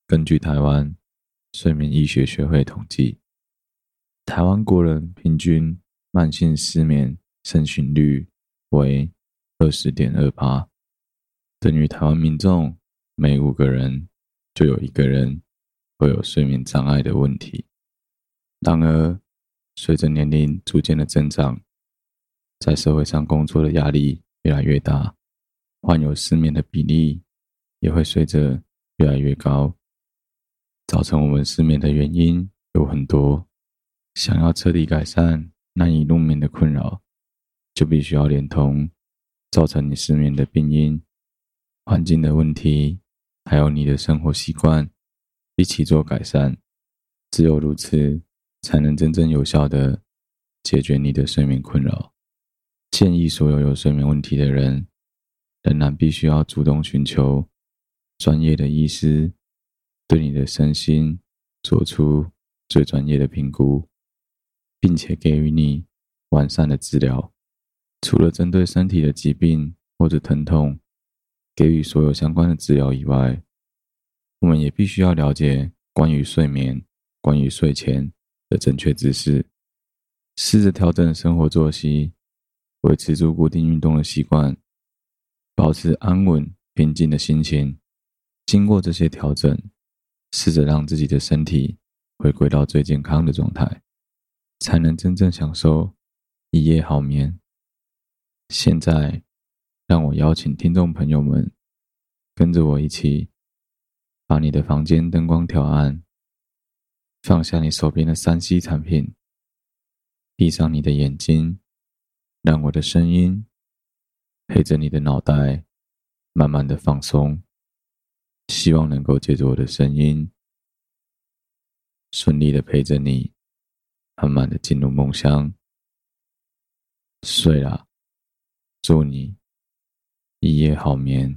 根据台湾睡眠医学学会统计，台湾国人平均慢性失眠盛行率为 20.2%， 等于台湾民众每5个人就有1个人会有睡眠障碍的问题。然而，随着年龄逐渐的增长，在社会上工作的压力越来越大，患有失眠的比例也会随着越来越高。造成我们失眠的原因有很多，想要彻底改善难以入眠的困扰，就必须要连同造成你失眠的病因、环境的问题，还有你的生活习惯一起做改善。只有如此，才能真正有效的解决你的睡眠困扰。建议所有睡眠问题的人，仍然必须要主动寻求专业的医师，对你的身心做出最专业的评估，并且给予你完善的治疗。除了针对身体的疾病或者疼痛给予所有相关的治疗以外，我们也必须要了解关于睡眠、关于睡前的正确知识，试着调整生活作息，维持住固定运动的习惯，保持安稳平静的心情。经过这些调整，试着让自己的身体回归到最健康的状态，才能真正享受一夜好眠。现在，让我邀请听众朋友们跟着我一起把你的房间灯光调暗，放下你手边的3C 产品，闭上你的眼睛，让我的声音陪着你的脑袋慢慢的放松。希望能够借着我的声音，顺利的陪着你，慢慢的进入梦乡。睡啦，祝你一夜好眠。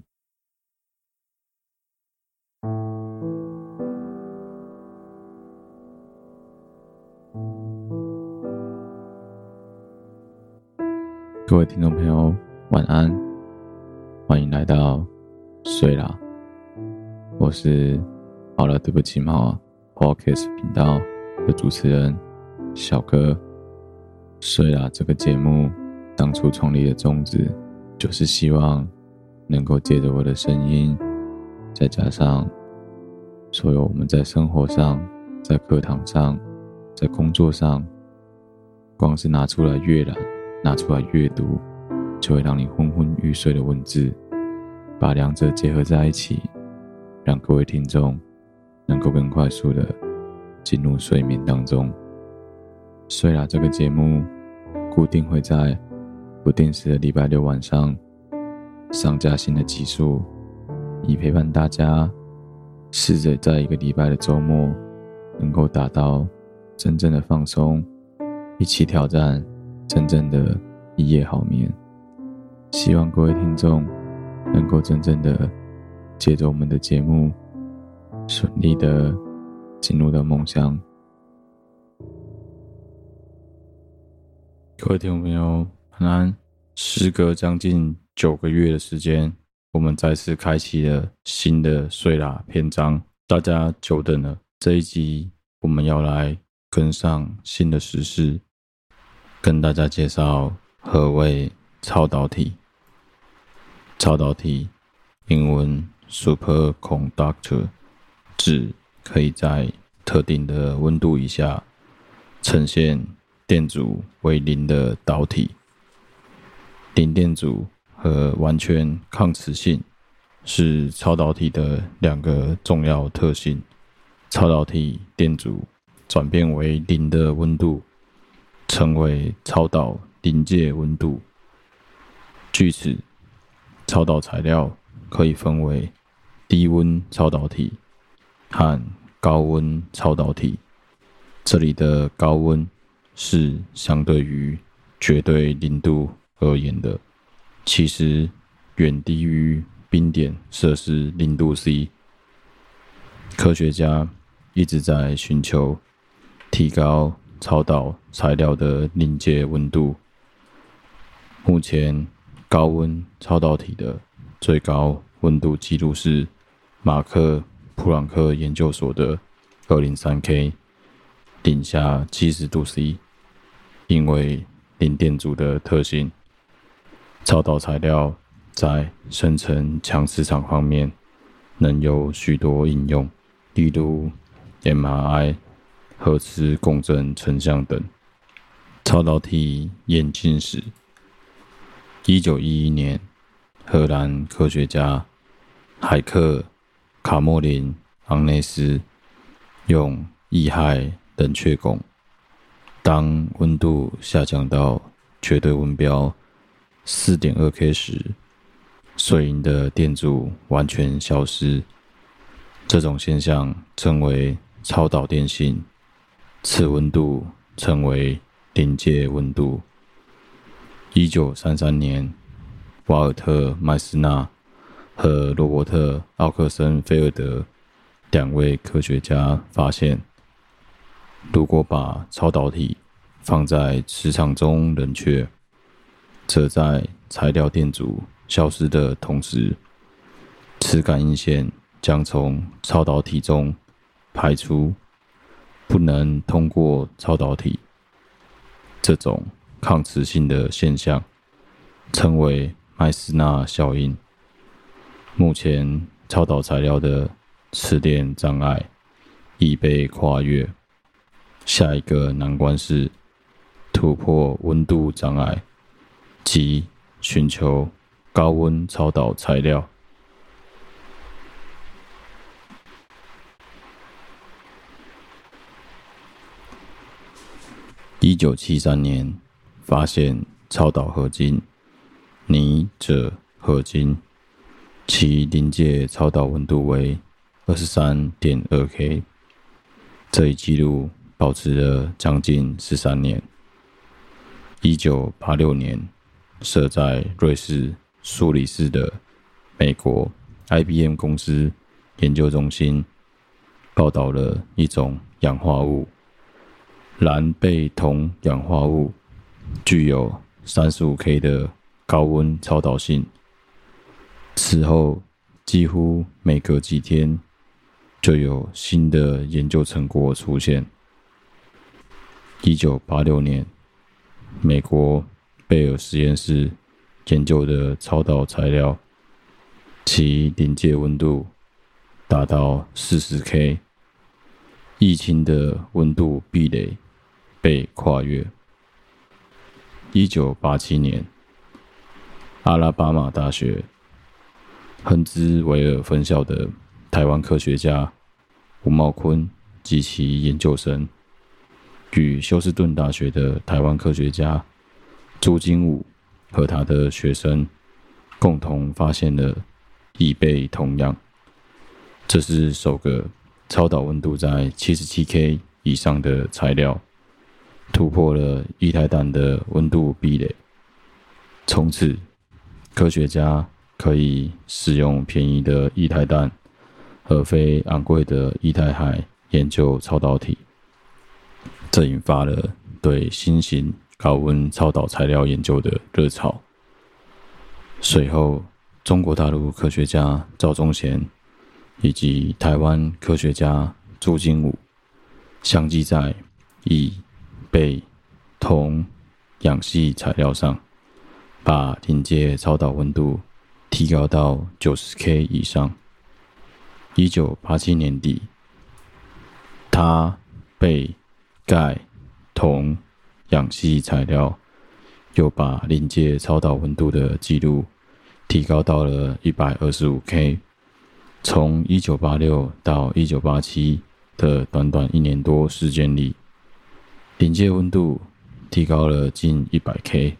各位听众朋友，晚安，欢迎来到睡啦。我是好了对不起嘛 Podcast 频道的主持人小哥。睡啦这个节目当初创立的宗旨，就是希望能够借着我的声音，再加上所有我们在生活上、在课堂上、在工作上，光是拿出来阅览、拿出来阅读，就会让你昏昏欲睡的文字，把两者结合在一起，让各位听众能够更快速的进入睡眠当中。睡啦这个节目固定会在不定时的礼拜六晚上上架新的集数，以陪伴大家试着在一个礼拜的周末能够达到真正的放松，一起挑战真正的一夜好眠。希望各位听众能够真正的借着我们的节目顺利的进入到梦乡。各位听众朋友晚安。时隔将近9个月的时间，我们再次开启了新的睡啦篇章，大家久等了。这一集我们要来跟上新的时事，跟大家介绍何谓超导体。超导体英文 superconductor， 指可以在特定的温度以下呈现电阻为0的导体。零电阻和完全抗磁性是超导体的2个重要特性。超导体电阻转变为0的温度，称为超导临界温度。据此，超导材料可以分为低温超导体和高温超导体。这里的高温是相对于绝对0度而言的，其实远低于冰点摄氏0度C。科学家一直在寻求提高超导材料的临界温度。目前高温超导体的最高温度记录是马克普朗克研究所的 203K 零下70°C。因为零电阻的特性，超导材料在生成强磁场方面能有许多应用，例如 MRI、核磁共振成像等。超导体演进史，1911年，荷兰科学家海克·卡莫林·昂内斯用液氦冷却汞，当温度下降到绝对温标 4.2K 时，水银的电阻完全消失。这种现象称为超导电性，此温度称为临界温度。1933年，瓦尔特·麦斯纳和罗伯特·奥克森菲尔德两位科学家发现，如果把超导体放在磁场中冷却，则在材料电阻消失的同时，磁感应线将从超导体中排出，不能通过超导体。这种抗磁性的现象称为麦斯纳效应。目前，超导材料的磁电障碍已被跨越。下一个难关是突破温度障碍，即寻求高温超导材料。1973年，发现超导合金尼锗合金，其临界超导温度为 23.2K， 这一纪录保持了将近13年。1986年，设在瑞士苏黎世的美国 IBM 公司研究中心报道了一种氧化物蓝贝酮氧化物，具有 35K 的高温超导性。此后几乎每隔几天就有新的研究成果出现。1986年，美国贝尔实验室研究的超导材料，其临界温度达到 40K， 液氢的温度壁垒被跨越。1987年，阿拉巴马大学亨兹维尔分校的台湾科学家吴茂坤及其研究生，与休斯顿大学的台湾科学家朱金武和他的学生共同发现了异贝酮氧，这是首个超导温度在 77K 以上的材料，突破了液态氮的温度壁垒。从此，科学家可以使用便宜的液态氮，而非昂贵的液态氦研究超导体。这引发了对新型高温超导材料研究的热潮。随后，中国大陆科学家赵忠贤以及台湾科学家朱金武相继在乙、贝、铜、氧系材料上，把临界超导温度提高到 90K 以上。1987年底，他、贝、钙、铜、氧系材料又把临界超导温度的记录提高到了 125K。 从1986到1987的短短1年多时间里，临界温度提高了近 100K。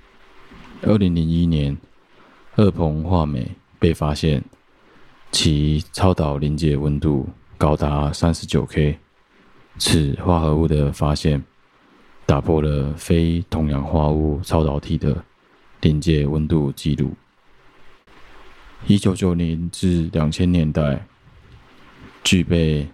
2001年，二硼化镁被发现，其超导临界温度高达 39K。 此化合物的发现打破了非铜氧化物超导体的临界温度记录。1990至2000年代，具备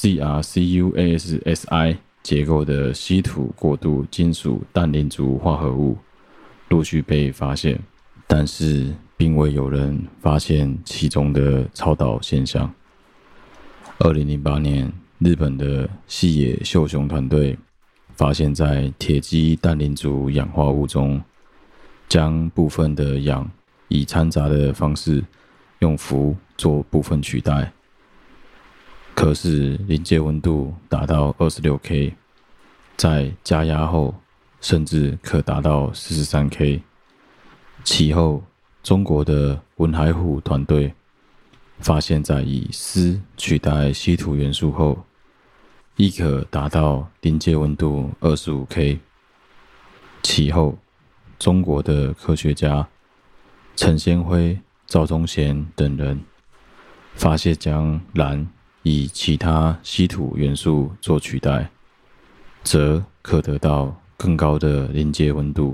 ZrCuAsSi 结构的稀土过渡金属氮磷族化合物陆续被发现，但是并未有人发现其中的超导现象。 2008年，日本的细野秀雄团队发现，在铁基氮磷族氧化物中，将部分的氧以掺杂的方式用氟做部分取代，可使临界温度达到 26K， 在加压后甚至可达到 43K。 其后，中国的文海虎团队发现，在以锶取代稀土元素后，亦可达到临界温度 25K。 其后，中国的科学家陈先辉、赵忠贤等人发现，将镧以其他稀土元素做取代，则可得到更高的临界温度。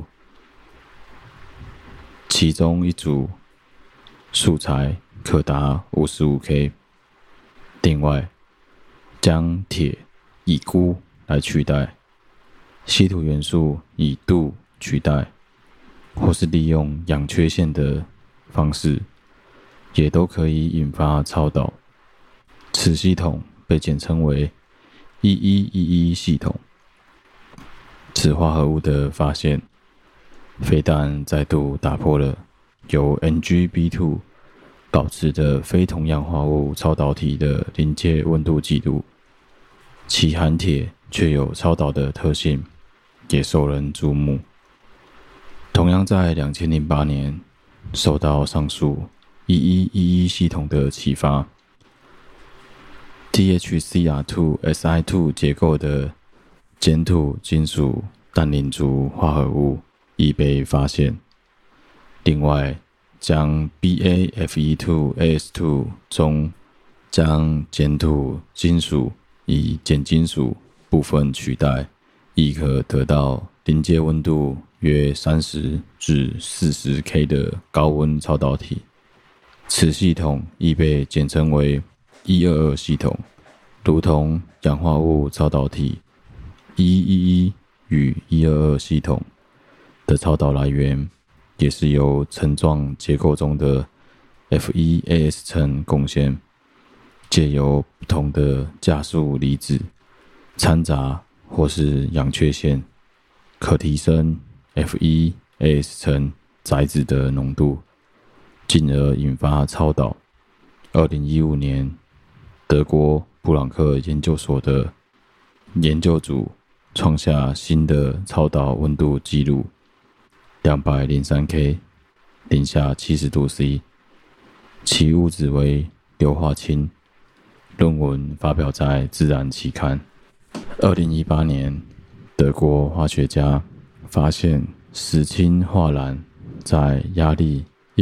其中一组素材可达 55K。 另外，将铁以钴来取代，稀土元素以镀取代，或是利用氧缺陷的方式，也都可以引发超导。此系统被简称为1111系统。此化合物的发现，非但再度打破了由 NgB2 保持的非同样化物超导体的临界温度记录，其含铁却有超导的特性，也受人注目。同样在2008年，受到上述1111系统的启发， THCr2Si2 结构的碱土金属氮磷族化合物已被发现。另外，将 BaFe2as2 中将碱土金属以碱金属部分取代，亦可得到临界温度约30至40K 的高温超导体。此系统亦被简称为122系统，如同氧化物超导体1111与122系统的超导来源，也是由层状结构中的 Fe-as 层贡献，借由不同的价数离子掺杂或是氧缺陷，可提升 Fe-as 层载子的浓度，进而引发超导。2015年，德国布朗克研究所的研究组创下新的超导温度纪录，203K， 零下70度 C， 其物质为硫化氢。论文发表在《自然》期刊。2018年，德国化学家发现石氢化镧在压力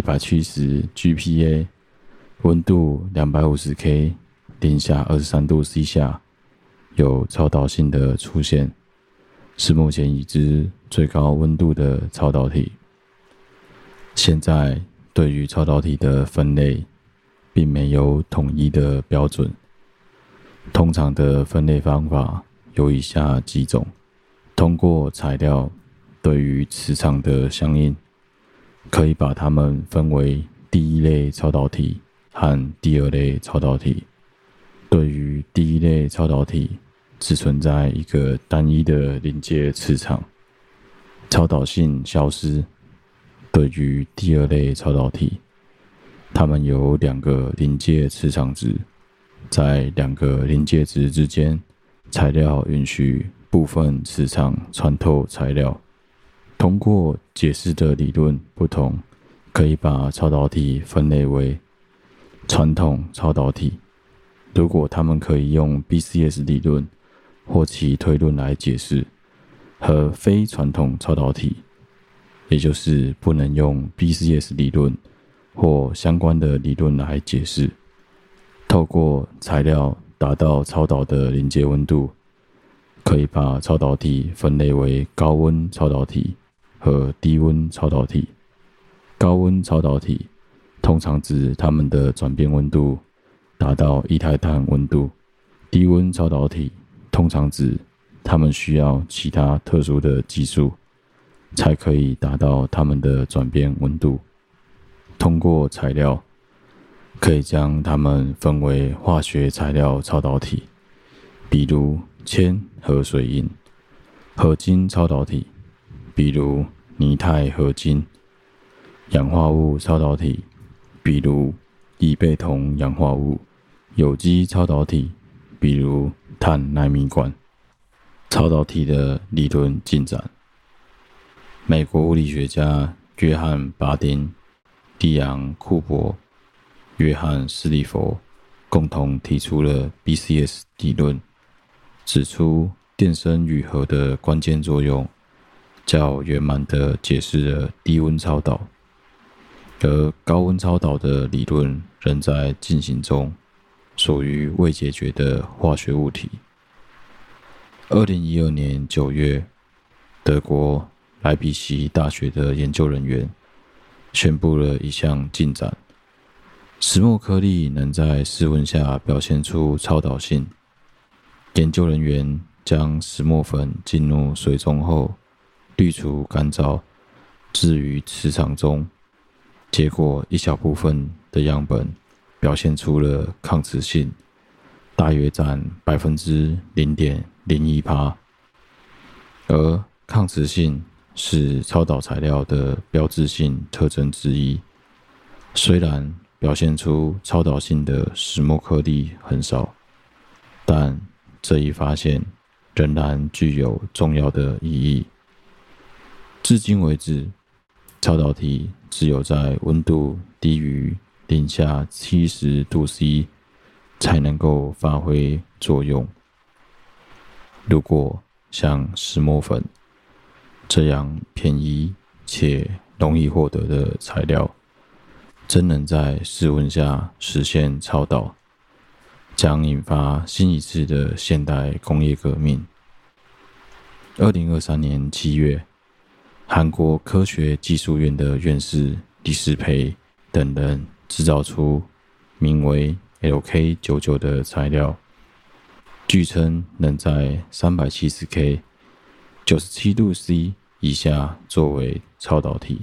170 GPa、温度250K、零下23度 C 下有超导性的出现，是目前已知最高温度的超导体。现在对于超导体的分类并没有统一的标准，通常的分类方法有以下几种：通过材料对于磁场的相应，可以把它们分为第一类超导体和第二类超导体。对于第一类超导体，只存在一个单一的临界磁场，超导性消失。对于第二类超导体，它们有两个临界磁场值，在两个临界值之间，材料允许部分磁场穿透材料。通过解释的理论不同，可以把超导体分类为传统超导体。如果它们可以用 BCS 理论或其推论来解释，和非传统超导体，也就是不能用 BCS 理论或相关的理论来解释。透过材料达到超导的临界温度，可以把超导体分类为高温超导体和低温超导体。高温超导体通常指它们的转变温度达到液态氮温度，低温超导体通常指它们需要其他特殊的技术才可以达到它们的转变温度。通过材料可以将它们分为化学材料超导体，比如铅和水银；合金超导体，比如泥钛合金；氧化物超导体，比如异钡酮氧化物；有机超导体，比如碳奈米管。超导体的理论进展。美国物理学家约翰·巴丁、蒂昂·库珀、约翰·斯利佛共同提出了 BCS 理论，指出电生与核的关键作用，较圆满地解释了低温超导，而高温超导的理论仍在进行中，属于未解决的化学物体。2012年9月，德国莱比锡大学的研究人员宣布了一项进展：石墨颗粒能在室温下表现出超导性。研究人员将石墨粉浸入水中后，滤除干燥，置于磁场中，结果一小部分的样本表现出了抗磁性，大约占 0.01%， 而抗磁性是超导材料的标志性特征之一。虽然表现出超导性的石墨颗粒很少，但这一发现仍然具有重要的意义。至今为止，超导体只有在温度低于零下70度 C 才能够发挥作用。如果像石墨粉这样便宜且容易获得的材料，真能在室温下实现超导，将引发新一次的现代工业革命。2023年7月，韩国科学技术院的院士李世培等人制造出名为 LK99 的材料，据称能在 370K、97度 C 以下作为超导体。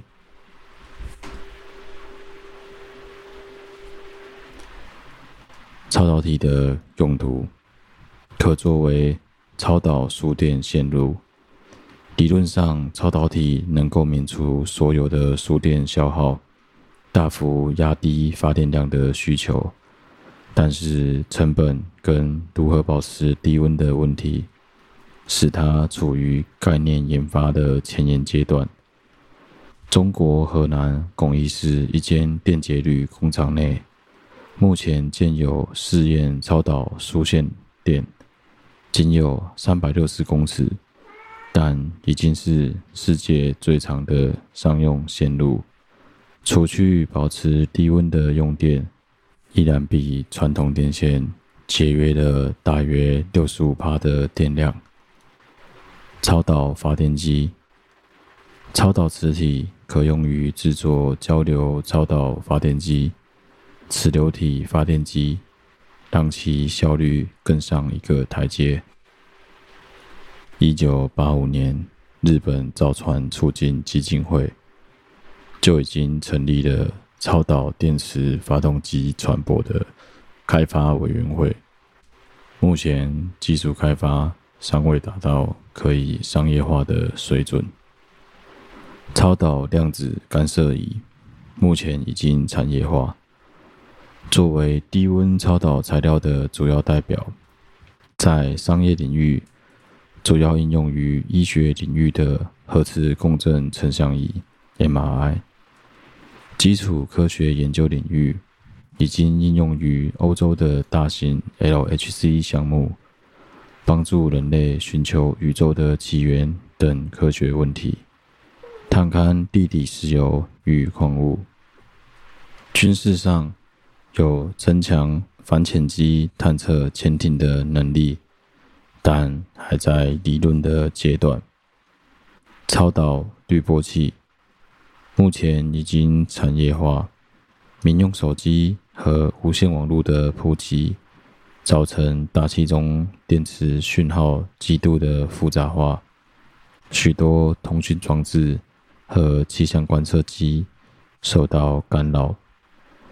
超导体的用途可作为超导输电线路。理论上，超导体能够免除所有的输电消耗，大幅压低发电量的需求。但是成本跟如何保持低温的问题，使它处于概念研发的前沿阶段。中国河南巩义市一间电解铝工厂内，目前建有试验超导输线电，仅有360公尺，但已经是世界最长的商用线路。除去保持低温的用电，依然比传统电线节约了大约 65% 的电量。超导发电机，超导磁体可用于制作交流超导发电机、磁流体发电机，让其效率更上一个台阶。1985年，日本造船促进基金会就已经成立了超导电池发动机船舶的开发委员会。目前技术开发尚未达到可以商业化的水准。超导量子干涉仪目前已经产业化，作为低温超导材料的主要代表，在商业领域主要应用于医学领域的核磁共振成像仪 MRI， 基础科学研究领域已经应用于欧洲的大型 LHC 项目，帮助人类寻求宇宙的起源等科学问题，探勘地底石油与矿物。军事上有增强反潜机探测潜艇的能力，但还在理论的阶段。超导滤波器目前已经产业化，民用手机和无线网络的普及，造成大气中电磁讯号极度的复杂化，许多通讯装置和气象观测机受到干扰。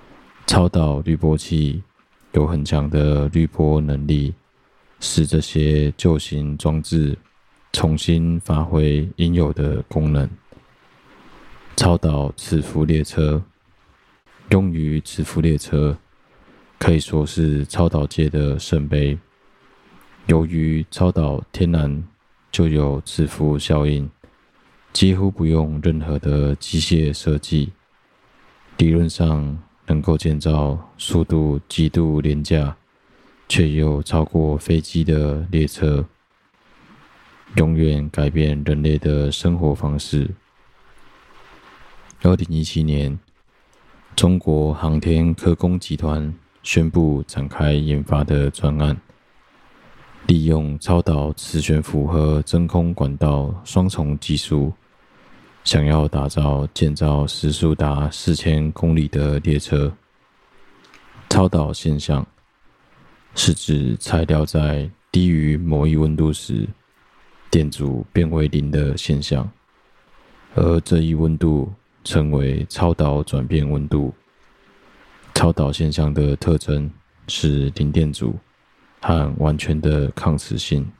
超导滤波器有很强的滤波能力，使这些旧型装置重新发挥应有的功能。超导磁浮列车用于磁浮列车可以说是超导界的圣杯。由于超导天然就有磁浮效应，几乎不用任何的机械设计，理论上能够建造速度极度廉价却又超过飞机的列车，永远改变人类的生活方式。2017年，中国航天科工集团宣布展开研发的专案，利用超导磁悬浮和真空管道双重技术，想要打造建造时速达4000公里的列车。超导现象是指材料在低于某一温度时，电阻变为零的现象，而这一温度称为超导转变温度。超导现象的特征是零电阻和完全的抗磁性。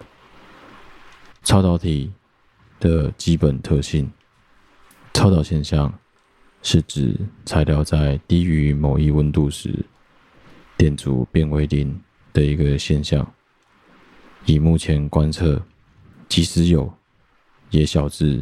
超导体的基本特性，超导现象是指材料在低于某一温度时，电阻变为零的一个现象。以目前观测，即使有，也小至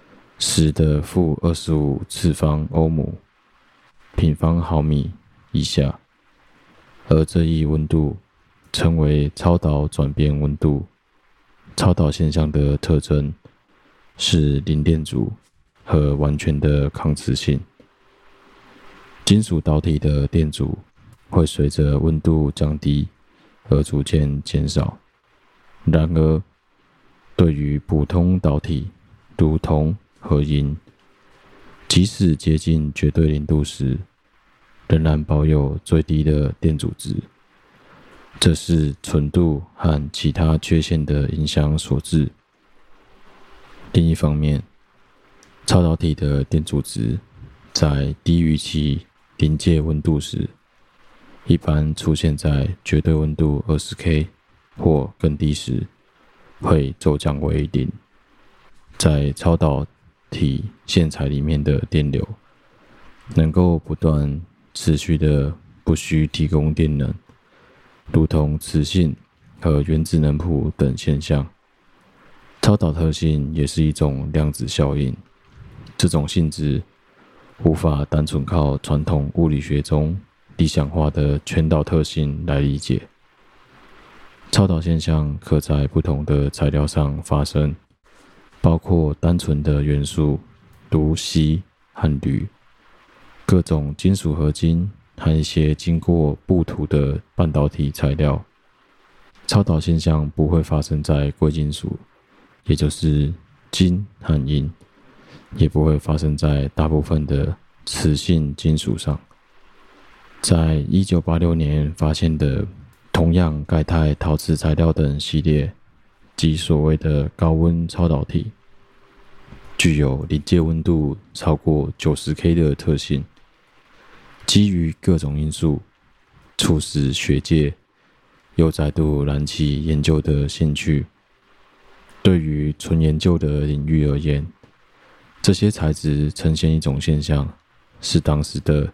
10⁻25次方欧姆平方毫米以下，而这一温度称为超导转变温度。超导现象的特征是零电阻和完全的抗磁性。金属导体的电阻会随着温度降低而逐渐减少，然而对于普通导体如铜和银，即使接近绝对零度时，仍然保有最低的电阻值，这是纯度和其他缺陷的影响所致。另一方面，超导体的电阻值在低于其临界温度时，一般出现在绝对温度 20K 或更低时，会骤降为0。在超导体线材里面的电流能够不断持续的不需提供电能，如同磁性和原子能谱等现象。超导特性也是一种量子效应，这种性质无法单纯靠传统物理学中理想化的圈导特性来理解。超导现象可在不同的材料上发生，包括单纯的元素如锡和铝，各种金属合金和一些经过布涂的半导体材料。超导现象不会发生在贵金属，也就是金和银，也不会发生在大部分的磁性金属上。在1986年发现的同样钙钛陶瓷材料等系列，即所谓的高温超导体，具有临界温度超过 90K 的特性。基于各种因素，促使学界又再度燃起研究的兴趣。对于纯研究的领域而言，这些材质呈现一种现象，是当时的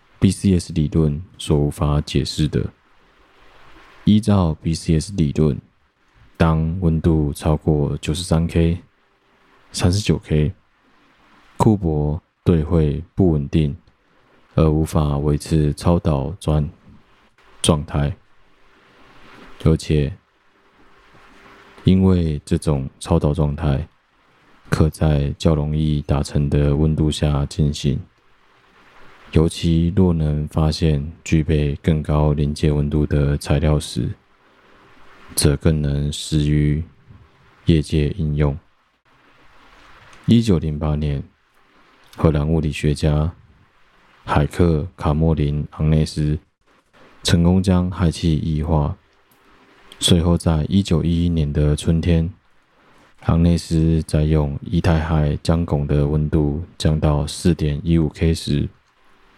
BCS 理论所无法解释的。依照 BCS 理论，当温度超过 93K、39K， 库珀对会不稳定，而无法维持超导状态，而且因为这种超导状态可在较容易达成的温度下进行，尤其若能发现具备更高临界温度的材料时，则更能适于业界应用。1908年，荷兰物理学家海克·卡莫林·昂内斯成功将氦气异化。随后在1911年的春天，昂内斯在用液态氦将汞的温度降到 4.15K 时，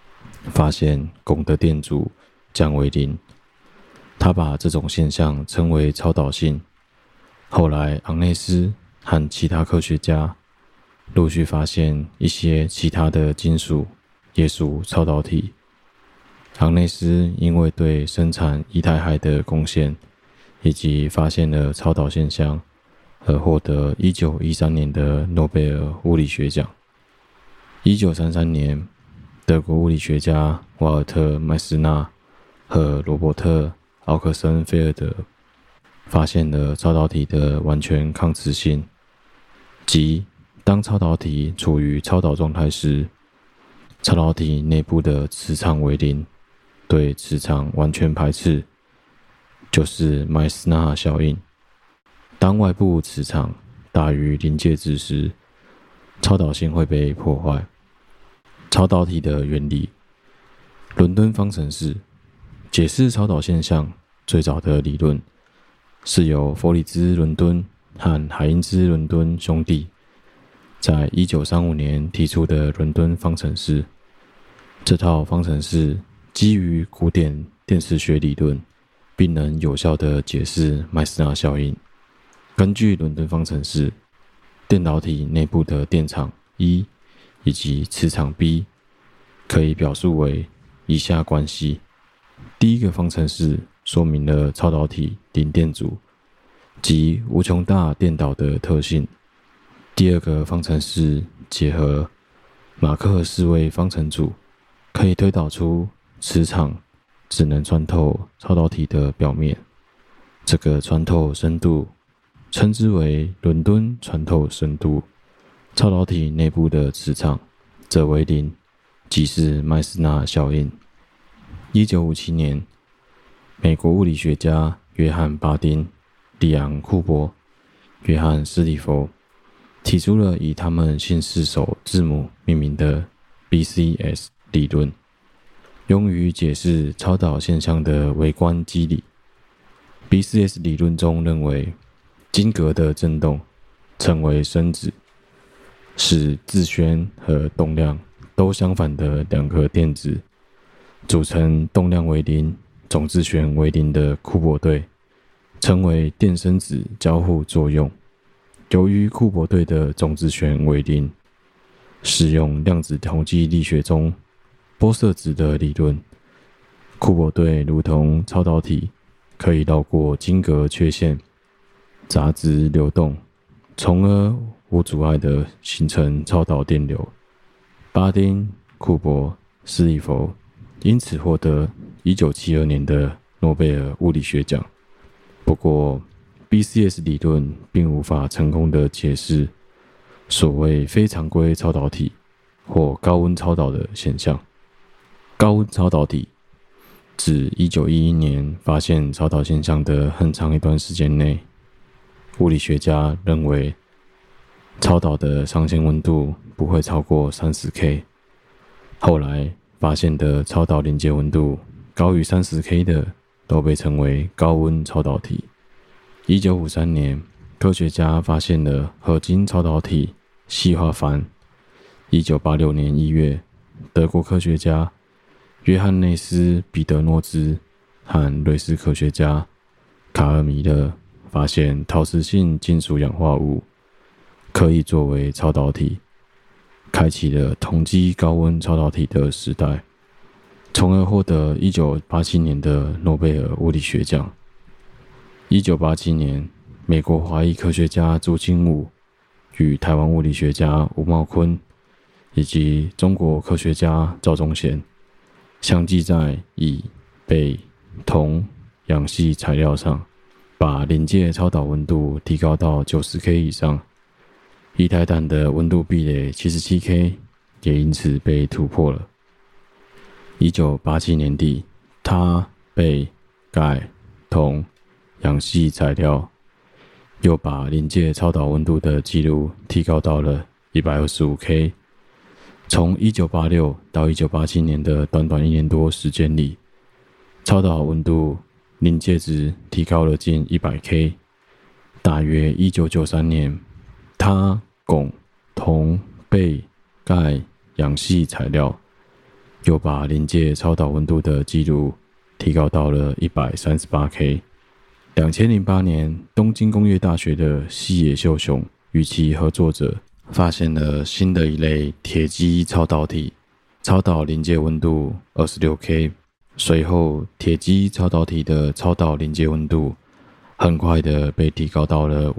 发现汞的电阻降为0，他把这种现象称为超导性。后来昂内斯和其他科学家陆续发现一些其他的金属也属超导体。昂内斯因为对生产液态氦的贡献以及发现了超导现象而获得1913年的诺贝尔物理学奖。1933年，德国物理学家瓦尔特·麦斯纳和罗伯特·奥克森菲尔德发现了超导体的完全抗磁性，即当超导体处于超导状态时，超导体内部的磁场为0，对磁场完全排斥，就是麦斯纳效应。当外部磁场大于临界值时，超导性会被破坏。超导体的原理，伦敦方程式解释超导现象最早的理论是由弗里兹·伦敦和海因兹·伦敦兄弟在1935年提出的伦敦方程式。这套方程式基于古典电磁学理论，并能有效地解释麦斯纳效应。根据伦敦方程式，电导体内部的电场 E 以及磁场 B 可以表述为以下关系。第一个方程式说明了超导体零电阻及无穷大电导的特性。第二个方程式结合马克尔四位方程组，可以推导出磁场只能穿透超导体的表面，这个穿透深度称之为伦敦穿透深度。超导体内部的磁场则为0，即是麦斯纳效应。1957年，美国物理学家约翰·巴丁、里昂·库珀、约翰·斯蒂佛提出了以他们姓氏首字母命名的 BCS 理论，用于解释超导现象的微观机理。BCS 理论中认为，晶格的振动称为声子，使自旋和动量都相反的两个电子组成动量为0、总自旋为0的库珀对，称为电生子交互作用。由于库珀对的总自旋为0，适用量子统计力学中波色子的理论，库珀对如同超导体，可以绕过晶格缺陷，杂质流动，从而无阻碍地形成超导电流。巴丁、库珀、斯蒂佛因此获得1972年的诺贝尔物理学奖。不过 BCS 理论并无法成功地解释所谓非常规超导体或高温超导的现象。高温超导体自1911年发现超导现象的很长一段时间内，物理学家认为超导的上限温度不会超过30K， 后来发现的超导临界温度高于30K 的都被称为高温超导体。1953年，科学家发现了合金超导体细化钒。1986年1月，德国科学家约翰内斯·彼得诺兹和瑞士科学家卡尔米勒发现陶瓷性金属氧化物可以作为超导体，开启了统计高温超导体的时代，从而获得1987年的诺贝尔物理学奖。1987年，美国华裔科学家朱清武与台湾物理学家吴茂坤以及中国科学家赵忠贤相继在以钡、铜、氧系材料上把临界超导温度提高到 90K 以上，液态氮的温度壁垒 77K 也因此被突破了。1987年底，钯、钡、钙、铜、氧系材料又把临界超导温度的记录提高到了 125K。 从1986到1987年的短短1年多时间里，超导温度临界值提高了近 100K。 大约1993年，钯、汞、铜、钡、钙、氧系材料又把临界超导温度的记录提高到了 138K。2008年，东京工业大学的西野秀雄与其合作者发现了新的一类铁基超导体，超导临界温度 26K。随后，铁基超导体的超导临界温度很快的被提高到了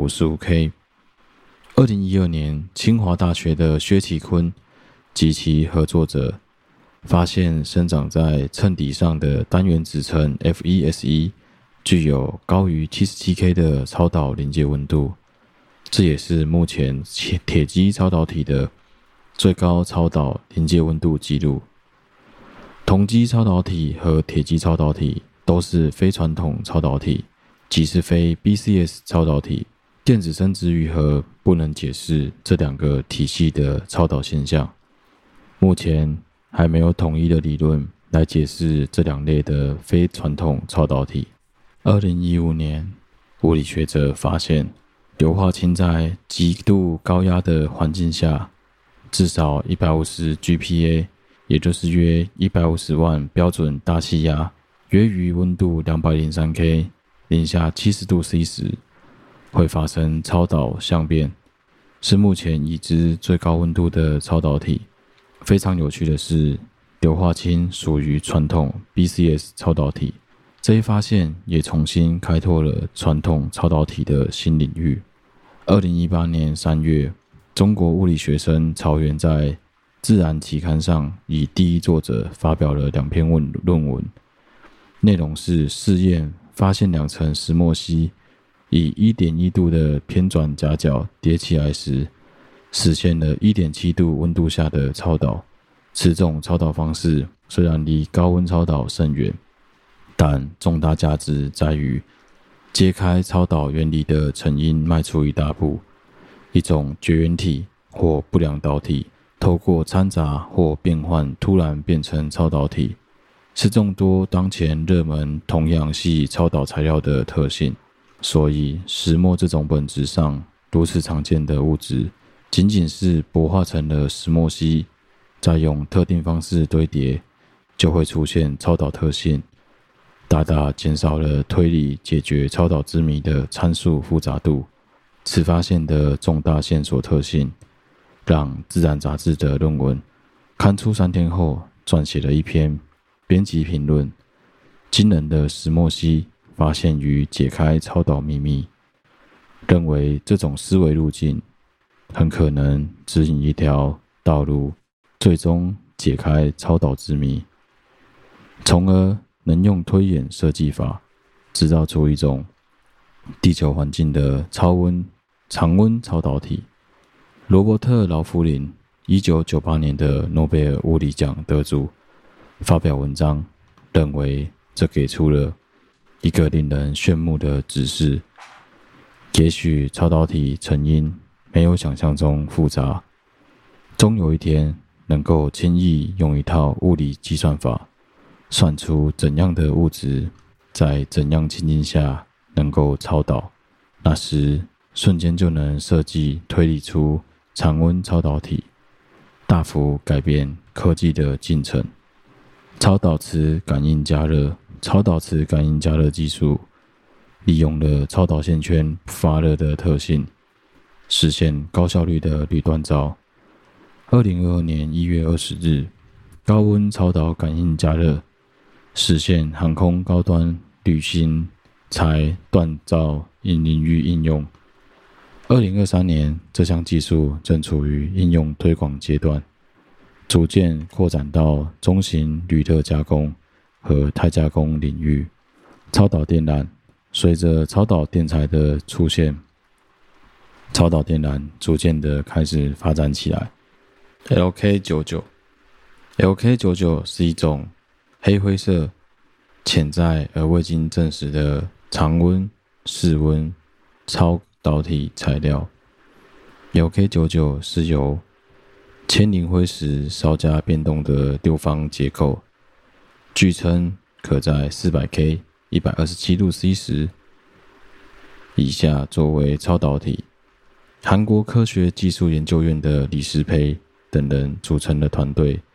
55K。2012年，清华大学的薛其坤及其合作者发现生长在衬底上的单元子层 FeSe 具有高于 77K 的超导临界温度，这也是目前铁基超导体的最高超导临界温度记录。铜基超导体和铁基超导体都是非传统超导体，即是非 BCS 超导体。电子生质愈合不能解释这两个体系的超导现象，目前还没有统一的理论来解释这两类的非传统超导体。2015年，物理学者发现硫化氢在极度高压的环境下，至少150 GPa， 也就是约150万标准大气压，约于温度 203K 零下70度 C 时，会发生超导相变，是目前已知最高温度的超导体。非常有趣的是，硫化氢属于传统 BCS 超导体，这一发现也重新开拓了传统超导体的新领域。2018年3月，中国物理学生曹原在《自然》期刊上以第一作者发表了2篇论文，内容是试验发现2层石墨烯以 1.1 度的偏转夹角叠起来时，实现了 1.7 度温度下的超导。此种超导方式虽然离高温超导甚远，但重大价值在于揭开超导原理的成因迈出一大步。一种绝缘体或不良导体透过掺杂或变换突然变成超导体，是众多当前热门同样系超导材料的特性。所以石墨这种本质上如此常见的物质，仅仅是薄化成了石墨烯，再用特定方式堆叠，就会出现超导特性，大大减少了推理解决超导之谜的参数复杂度。此发现的重大线索特性，让《自然》杂志的论文刊出3天后，撰写了一篇编辑评论：惊人的石墨烯发现与解开超导秘密，认为这种思维路径很可能指引一条道路，最终解开超导之谜，从而能用推演设计法制造出一种地球环境的常温超导体。罗伯特·劳夫林1998年的诺贝尔物理奖得主发表文章，认为这给出了一个令人炫目的指示：也许超导体成因没有想象中复杂，终有一天能够轻易用一套物理计算法算出怎样的物质在怎样情境下能够超导，那时瞬间就能设计推理出常温超导体，大幅改变科技的进程。超导磁感应加热技术利用了超导线圈发热的特性，实现高效率的铝锻造。2022年1月20日，高温超导感应加热实现航空高端铝芯材锻造领域应用。2023年，这项技术正处于应用推广阶段，逐渐扩展到中型铝特加工和钛加工领域。超导电缆随着超导电材的出现，超导电缆逐渐的开始发展起来。LK99 是一种黑灰色、潜在而未经证实的常温、室温超导体材料。LK99 是由铅磷灰石稍加变动的六方结构，据称可在 400K 127度 C 时以下作为超导体。韩国科学技术研究院的李时培等人组成的团队，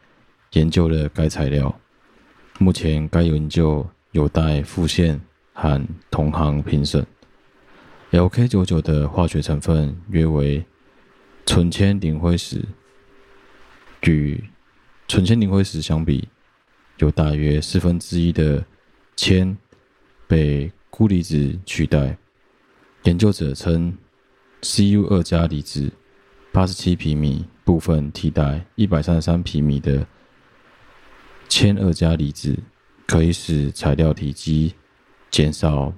研究了该材料。目前该研究有待复现和同行评审。LK99 的化学成分约为纯铅磷灰石，与纯铅磷灰石相比，有大约1/4的铅被钴离子取代。研究者称 Cu2+ 离子87皮米部分替代133皮米的铅2+离子，可以使材料体积减少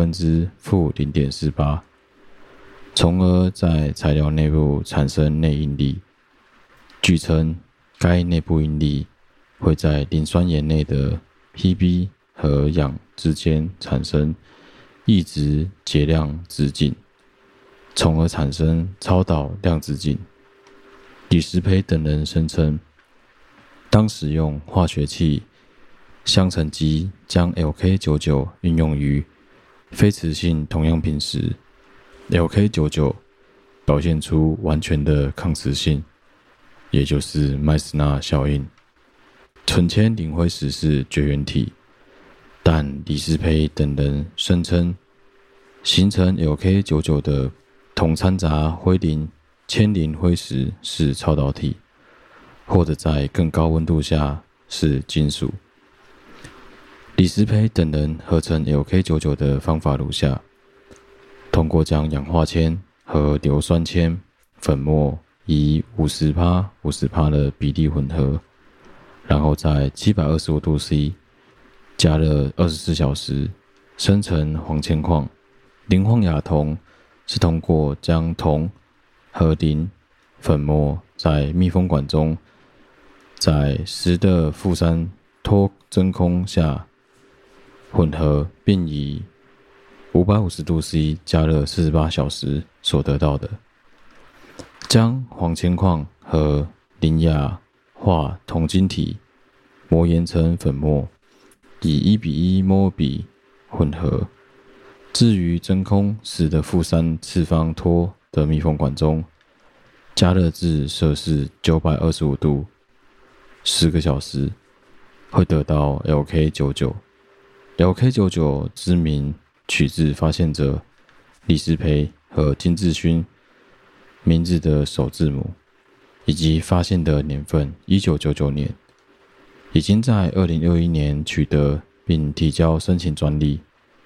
-0.48%，从而在材料内部产生内应力。据称，该内部应力会在磷酸盐内的 Pb 和氧之间产生异质结量子井，从而产生超导量子井。李石培等人声称，当使用化学器相乘机将 LK99 运用于非磁性同样品时， LK99 表现出完全的抗磁性，也就是麦斯纳效应。纯铅磷灰石是绝缘体，但李石培等人声称，形成 LK99 的铜掺杂灰磷铅磷灰石是超导体，或者在更高温度下是金属。李石培等人合成 LK99 的方法如下：通过将氧化铅和硫酸铅粉末以 50%、50% 的比例混合，然后在725度 C 加热24小时，生成黄铅矿。磷황亚铜是通过将铜和磷粉末在密封管中，在10⁻³脱真空下混合，并以550度 C 加热48小时所得到的。将黄铅矿和磷亚化铜晶体磨研成粉末，以1:1 摩尔比混合，置于真空10⁻³次方脱的密封管中，加热至摄氏925度10个小时，会得到 LK99。LK99 之名取自发现者李石培和金志勋名字的首字母，以及发现的年份1999年，已经在2021年取得并提交申请专利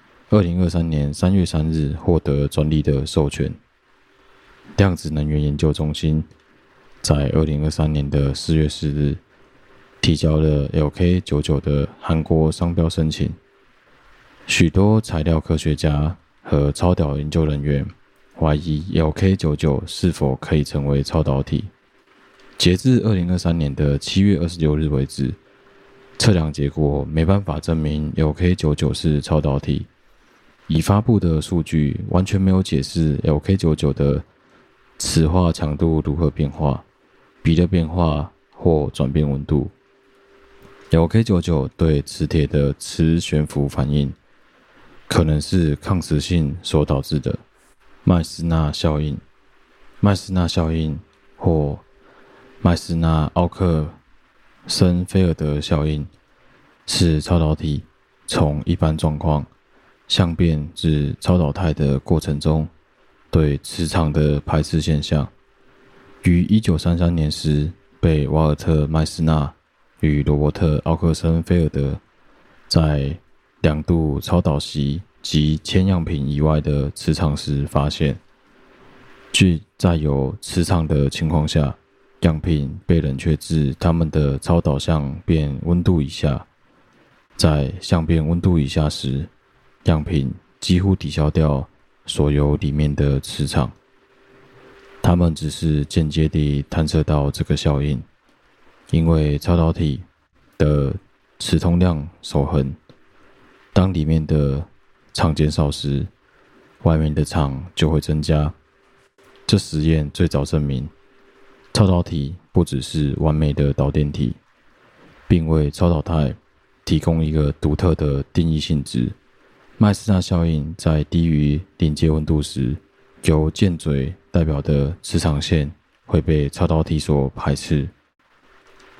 ，2023年3月3日获得专利的授权。量子能源研究中心在2023年的4月4日提交了 LK99 的韩国商标申请。许多材料科学家和超导研究人员怀疑 LK99 是否可以成为超导体。截至2023年的7月26日为止，测量结果没办法证明 LK99 是超导体。已发布的数据完全没有解释 LK99 的磁化强度如何变化、比热变化或转变温度。LK99 对磁铁的磁悬浮反应可能是抗磁性所导致的。麦斯纳效应、麦斯纳效应或麦斯纳奥克森菲尔德效应是超导体从一般状况相变至超导态的过程中对磁场的排斥现象。于1933年时被瓦尔特·麦斯纳与罗伯特·奥克森菲尔德在2度超导锡及铅样品以外的磁场时发现，在有磁场的情况下，样品被冷却至它们的超导相变温度以下。在相变温度以下时，样品几乎抵消掉所有里面的磁场。它们只是间接地探测到这个效应，因为超导体的磁通量守恒，当里面的场减少时，外面的场就会增加。这实验最早证明，超导体不只是完美的导电体，并为超导态提供一个独特的定义性质。麦斯纳效应在低于临界温度时，由箭嘴代表的磁场线会被超导体所排斥。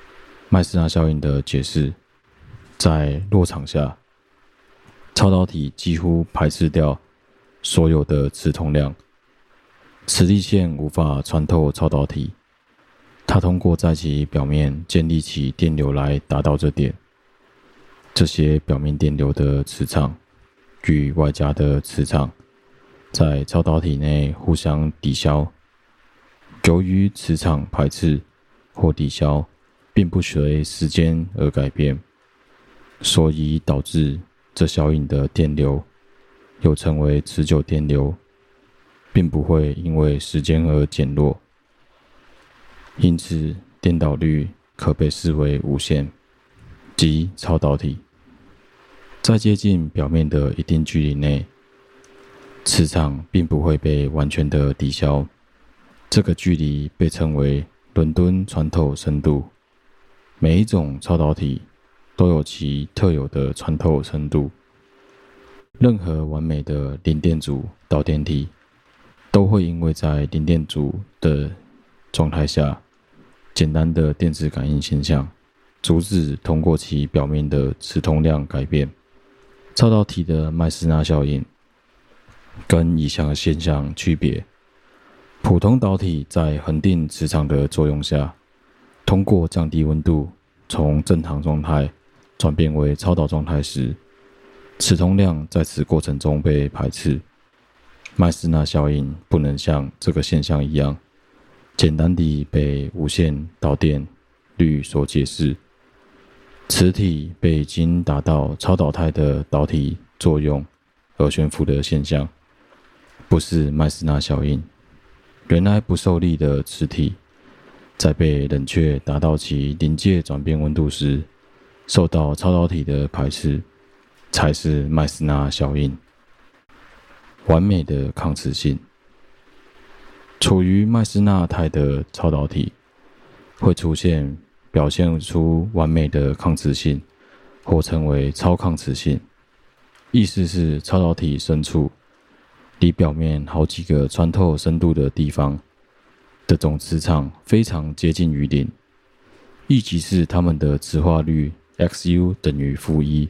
麦斯纳效应的解释，在弱场下，超导体几乎排斥掉所有的磁通量，磁力线无法穿透超导体，它通过在其表面建立起电流来达到这点。这些表面电流的磁场与外加的磁场在超导体内互相抵消，由于磁场排斥或抵消并不随时间而改变，所以导致这效应的电流又称为持久电流，并不会因为时间而减弱，因此颠倒率可被视为无限，即超导体在接近表面的一定距离内，磁场并不会被完全的抵消，这个距离被称为伦敦穿透深度。每一种超导体都有其特有的穿透深度，任何完美的零电阻导电体都会因为在零电阻的状态下，简单的电磁感应现象阻止通过其表面的磁通量改变。超导体的麦斯纳效应跟以下现象区别：普通导体在恒定磁场的作用下，通过降低温度从正常状态转变为超导状态时，磁通量在此过程中被排斥。麦斯纳效应不能像这个现象一样简单地被无限导电率所解释。磁体被经达到超导态的导体作用而悬浮的现象，不是麦斯纳效应。原来不受力的磁体在被冷却达到其临界转变温度时，受到超导体的排斥，才是麦斯纳效应。完美的抗磁性，处于麦斯纳态的超导体会表现出完美的抗磁性，或称为超抗磁性。意思是超导体深处离表面好几个穿透深度的地方的总磁场非常接近于零，亦即是它们的磁化率 XU 等于-1。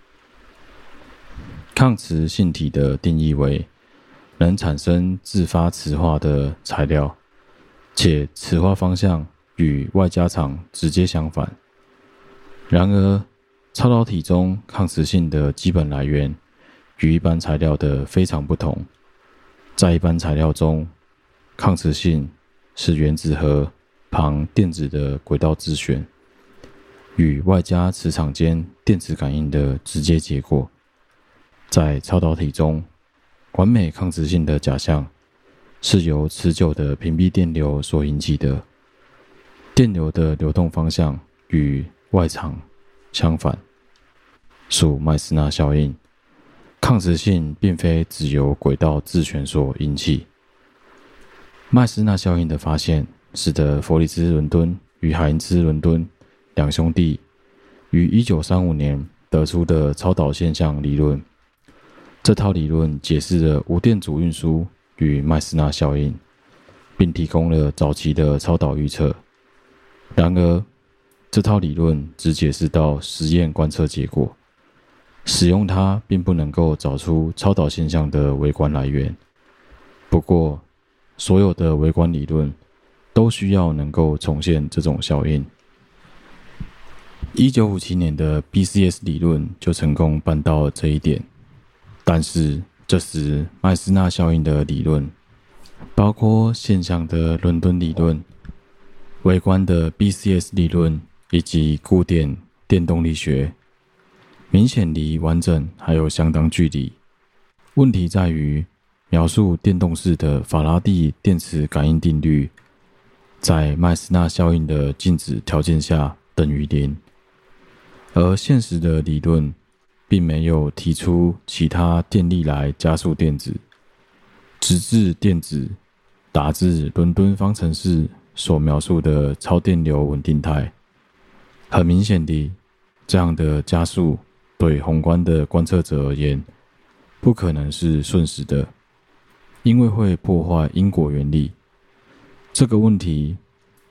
抗磁性体的定义为能产生自发磁化的材料，且磁化方向与外加场直接相反。然而，超导体中抗磁性的基本来源与一般材料的非常不同。在一般材料中，抗磁性是原子核旁电子的轨道自旋与外加磁场间电磁感应的直接结果。在超导体中，完美抗磁性的假象是由持久的屏蔽电流所引起的，电流的流动方向与外场相反，属麦斯纳效应。抗磁性并非只由轨道自旋所引起。麦斯纳效应的发现，使得弗里兹伦敦与海因兹伦敦两兄弟于1935年得出的超导现象理论。这套理论解释了无电阻运输与麦斯纳效应，并提供了早期的超导预测。然而，这套理论只解释到实验观测结果，使用它并不能够找出超导现象的微观来源。不过，所有的微观理论都需要能够重现这种效应。1957年的 BCS 理论就成功办到了这一点，但是这时麦斯纳效应的理论，包括现象的伦敦理论、微观的 BCS 理论以及固电电动力学，明显离完整还有相当距离。问题在于，描述电动式的法拉第电磁感应定律，在麦斯纳效应的静止条件下等于0，而现实的理论并没有提出其他电力来加速电子，直至电子达至伦敦方程式所描述的超电流稳定态。很明显地，这样的加速对宏观的观测者而言不可能是瞬时的，因为会破坏因果原理。这个问题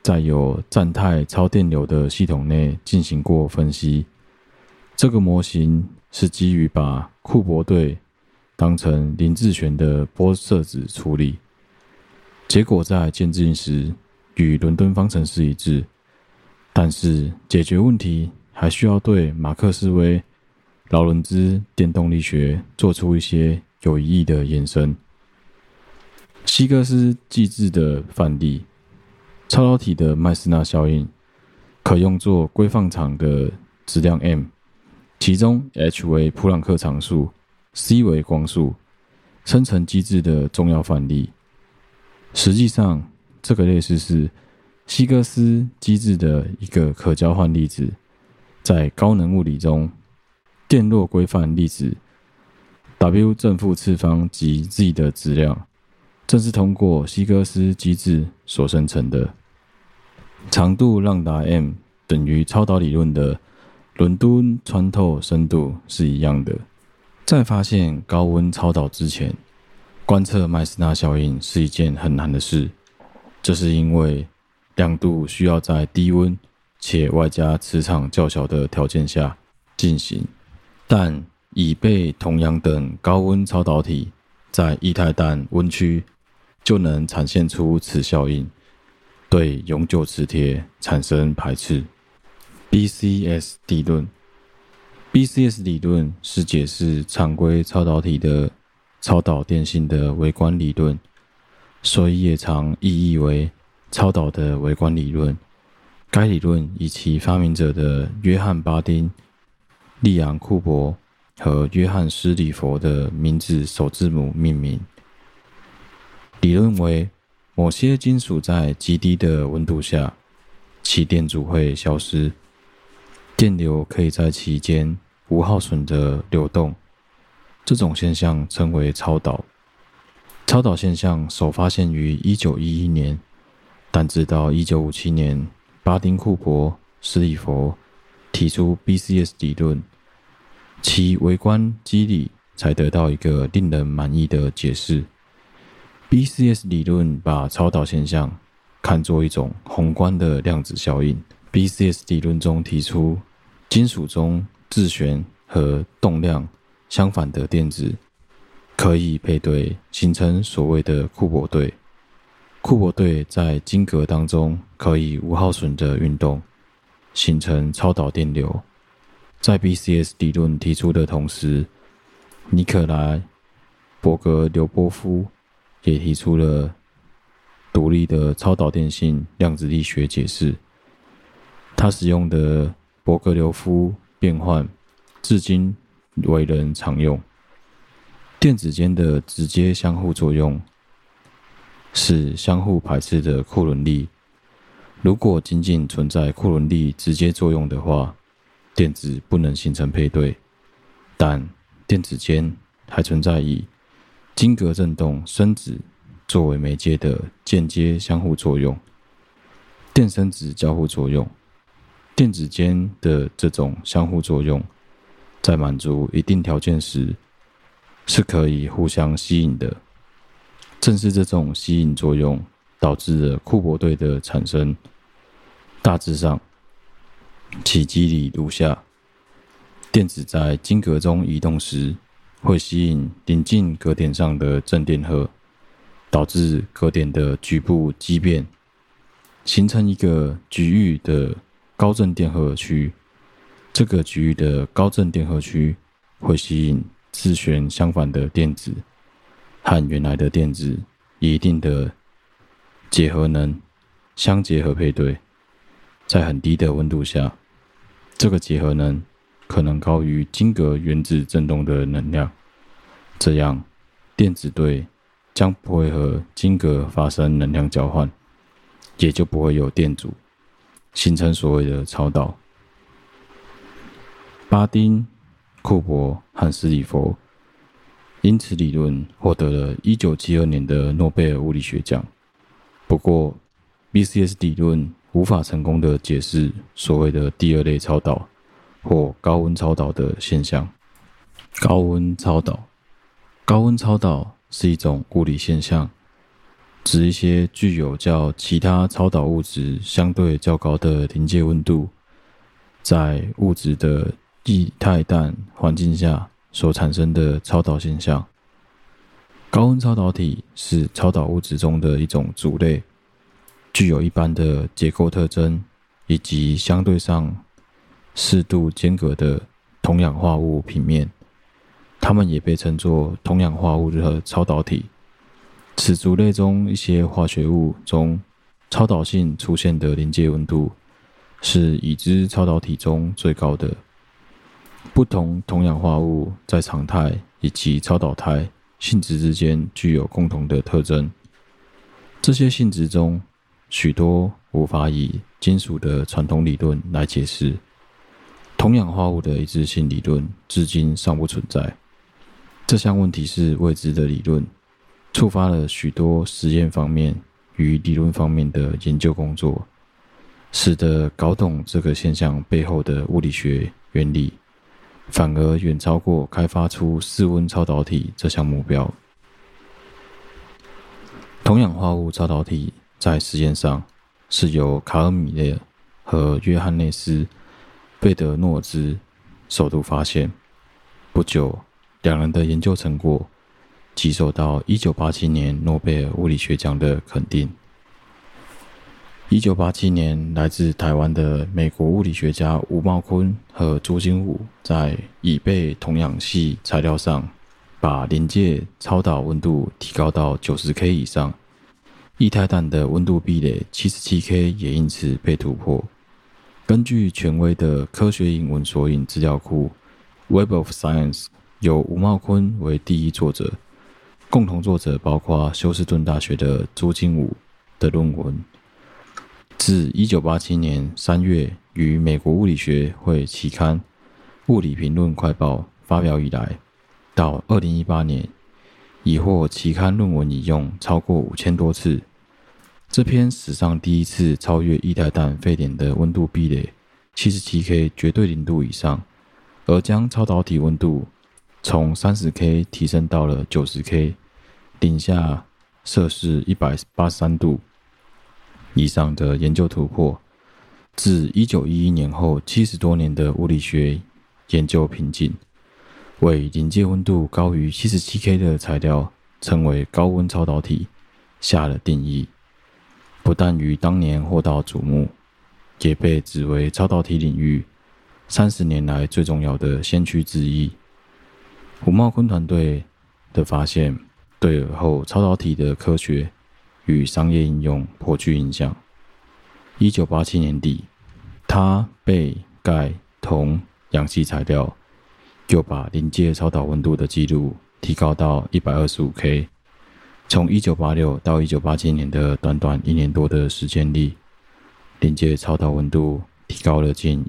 在有站态超电流的系统内进行过分析。这个模型是基于把库珀对当成林志旋的波色子处理，结果在渐进时与伦敦方程式一致，但是解决问题还需要对马克斯韦劳伦兹电动力学做出一些有意义的延伸。希格斯机制的范例，超导体的麦斯纳效应可用作规范场的质量 m， 其中 h 为普朗克常数， c 为光速，生成机制的重要范例。实际上，这个类似是希格斯机制的一个可交换粒子。在高能物理中，电弱规范粒子 W 正负次方及 Z 的质量，正是通过希格斯机制所生成的。长度浪达 m 等于超导理论的伦敦穿透深度是一样的。在发现高温超导之前，观测麦斯纳效应是一件很难的事，这是因为亮度需要在低温且外加磁场较小的条件下进行，但已被同样等高温超导体在液态氮温区就能产现出此效应，对永久磁铁产生排斥。BCS 理论 BCS 理论是解释常规超导体的超导电性的微观理论，所以也常意译为超导的微观理论。该理论以其发明者的约翰·巴丁、利昂·库珀和约翰·施里佛的名字首字母命名。理论为某些金属在极低的温度下，其电阻会消失，电流可以在其间无耗损的流动，这种现象称为超导。超导现象首发现于1911年，但直到1957年，巴丁、库珀、施里佛提出 BCS 理论，其微观机理才得到一个令人满意的解释。BCS 理论把超导现象看作一种宏观的量子效应。BCS 理论中提出，金属中自旋和动量相反的电子可以配对形成所谓的库珀对。库珀对在晶格当中可以无耗损的运动，形成超导电流。在 BCS 理论提出的同时，尼可莱·博格留波夫也提出了独立的超导电性量子力学解释。他使用的博格留夫变换至今为人常用。电子间的直接相互作用是相互排斥的库仑力。如果仅仅存在库仑力直接作用的话，电子不能形成配对，但电子间还存在以晶格振动生子作为媒介的间接相互作用，电生子交互作用。电子间的这种相互作用，在满足一定条件时，是可以互相吸引的。正是这种吸引作用导致了库珀对的产生。大致上，其机理如下：电子在晶格中移动时，会吸引临近格点上的正电荷，导致格点的局部畸变，形成一个局域的高正电荷区。这个局域的高正电荷区会吸引自旋相反的电子，和原来的电子以一定的结合能相结合配对。在很低的温度下，这个结合能可能高于晶格原子振动的能量，这样电子对将不会和晶格发生能量交换，也就不会有电阻，形成所谓的超导。巴丁、库珀和施里佛因此理论获得了1972年的诺贝尔物理学奖。不过 BCS 理论无法成功地解释所谓的第二类超导或高温超导的现象。高温超导是一种物理现象， 指一些具有较其他超导物质相对较高的临界温度，在物质的液态氮环境下所产生的超导现象。高温超导体是超导物质中的一种族类，具有一般的结构特征，以及相对上适度间隔的铜氧化物平面。它们也被称作铜氧化物的超导体。此族类中一些化学物中超导性出现的临界温度是已知超导体中最高的。不同铜氧化物在常态以及超导态性质之间具有共同的特征。这些性质中许多无法以金属的传统理论来解释。铜氧化物的一致性理论至今尚不存在。这项问题是未知的理论，触发了许多实验方面与理论方面的研究工作，使得搞懂这个现象背后的物理学原理，反而远超过开发出室温超导体这项目标。铜氧化物超导体在实验上是由卡尔米勒和约翰内斯·贝德诺尔兹首度发现。不久，两人的研究成果即受到1987年诺贝尔物理学奖的肯定。1987年，来自台湾的美国物理学家吴茂昆和朱金武在乙钡铜氧系材料上把临界超导温度提高到 90K 以上，液态氮的温度壁垒 77K 也因此被突破。根据权威的科学引文索引资料库 Web of Science， 由吴茂昆为第一作者，共同作者包括休斯顿大学的朱金武的论文。自1987年3月于美国物理学会期刊《物理评论快报》发表以来，到2018年已获期刊论文引用超过5000多次。这篇史上第一次超越液态氮沸点的温度壁垒 77K 绝对零度以上，而将超导体温度从 30K 提升到了 90K， 零下摄氏183度以上的研究突破，自1911年后70多年的物理学研究瓶颈，为临界温度高于 77K 的材料称为高温超导体下了定义。不但于当年获到瞩目，也被指为超导体领域30年来最重要的先驱之一。吴茂昆团队的发现对尔后超导体的科学与商业应用颇具影响。1987年底，他、钡、钙、铜氧系材料又把临界超导温度的记录提高到 125K。从1986到1987年的短短1年多的时间里，临界超导温度提高了近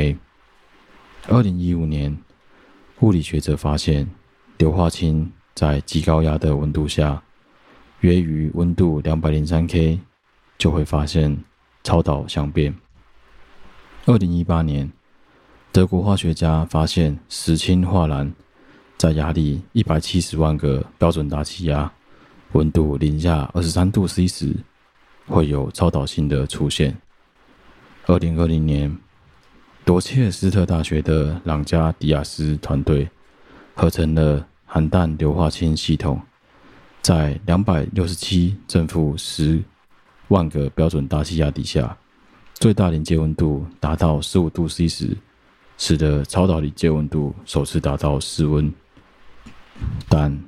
100K。2015年，物理学者发现硫化氢在极高压的温度下，约于温度 203K 就会发现超导相变。2018年，德国化学家发现石氰化镧在压力170万个标准大气压，温度零下23度 C 时会有超导性的出现。2020年，罗切斯特大学的朗加迪亚斯团队合成了含氮硫化氢系统，在267正负10万个标准大气压底下，最大临界温度达到15度 C 时，使得超导临界温度首次达到室温。但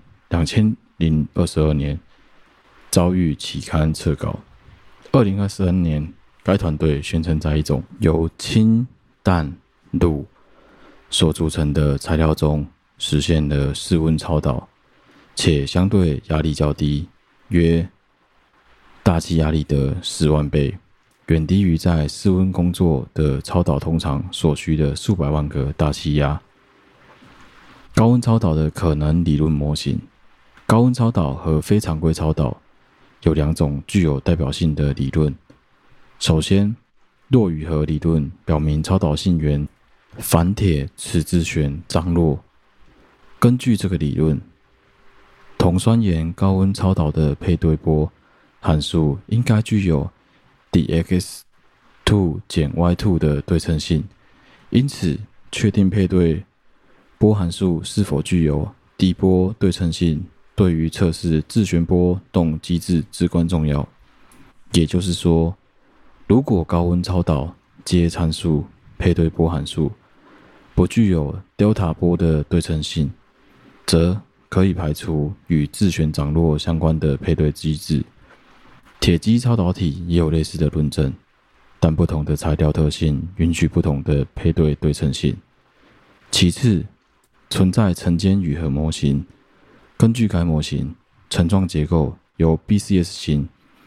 2022年遭遇期刊撤稿。2023年，该团队宣称在一种由氢、氮、氯所组成的材料中实现了室温超导，且相对压力较低，约大气压力的10万倍，远低于在室温工作的超导通常所需的数百万个大气压。高温超导的可能理论模型。高温超导和非常规超导有两种具有代表性的理论。首先，弱与核理论表明超导性源反铁磁自旋张弱。根据这个理论，铜酸盐高温超导的配对波函数应该具有 dx2 减 y2 的对称性，因此确定配对波函数是否具有低波对称性，对于测试自旋波动机制至关重要。也就是说，如果高温超导接参数配对波函数不具有 delta 波的对称性，则可以排除与自旋涨落相关的配对机制。铁基超导体也有类似的论证，但不同的材料特性允许不同的配对对称性。其次，存在层间愈合模型，根据该模型，层状结构由 BCS 型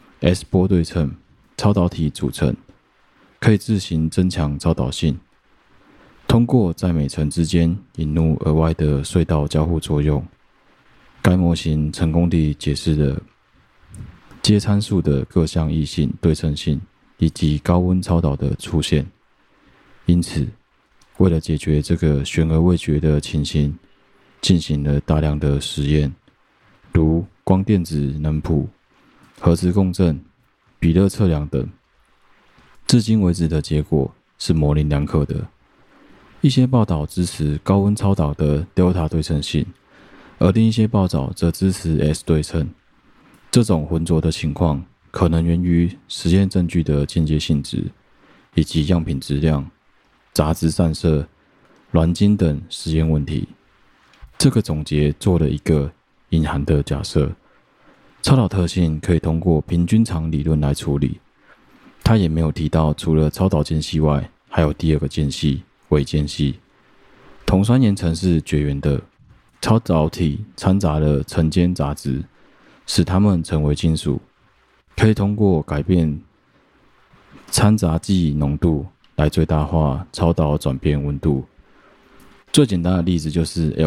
S 波对称超导体组成，可以自行增强超导性。通过在每层之间引入额外的隧道交互作用，该模型成功地解释了接参数的各项异性对称性以及高温超导的出现。因此，为了解决这个悬而未决的情形，进行了大量的实验，如光电子能谱、核磁共振、比热测量等。至今为止的结果是模棱两可的。一些报道支持高温超导的 delta 对称性，而另一些报道则支持 S 对称。这种浑浊的情况可能源于实验证据的间接性质，以及样品质量、杂质散射、软晶等实验问题。这个总结做了一个隐含的假设：超导特性可以通过平均场理论来处理。他也没有提到，除了超导间隙外，还有第二个间隙——伪间隙。铜酸盐层是绝缘的，超导体掺杂了层间杂质，使它们成为金属，可以通过改变掺杂剂浓度来最大化超导转变温度。最简单的例子就是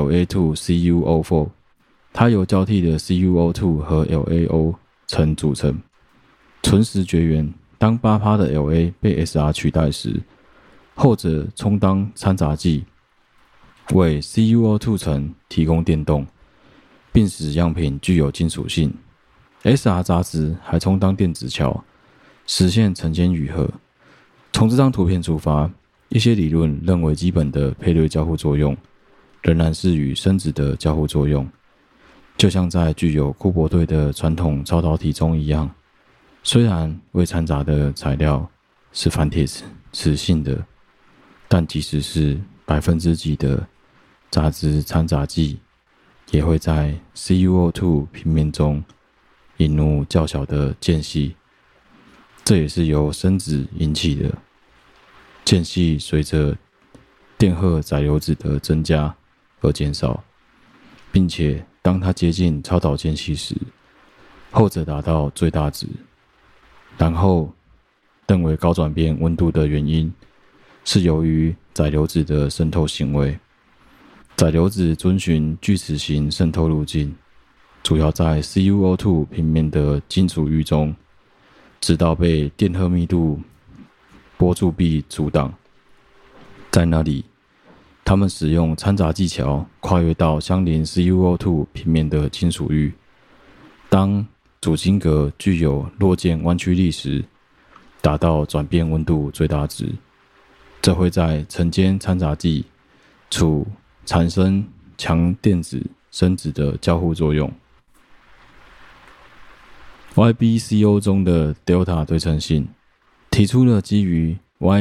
La2CuO4， 它由交替的 CuO2 和 LaO 层组成，纯实绝缘。当 8% 的 La 被 Sr 取代时，后者充当掺杂剂，为 CuO2 层提供电动，并使样品具有金属性。Sr 杂质还充当电子桥，实现层间愈合。从这张图片出发，一些理论认为基本的配对交互作用仍然是与生质的交互作用，就像在具有库珀对的传统超导体中一样。虽然未掺杂的材料是反铁磁性的，但即使是%几的杂质掺杂剂，也会在 CuO2 平面中引入较小的间隙，这也是由生质引起的。间隙随着电荷载流子的增加而减少，并且当它接近超导间隙时，后者达到最大值。然后认为高转变温度的原因是由于载流子的渗透行为。载流子遵循锯齿形渗透路径，主要在 CuO2 平面的金属域中，直到被电荷密度波柱壁阻挡。在那里，他们使用掺杂技巧跨越到相邻 CuO2 平面的金属域。当主晶格具有落键弯曲力时，达到转变温度最大值，这会在层间掺杂剂处产生强电子生质的交互作用。YBCO 中的 delta 对称性提出了基于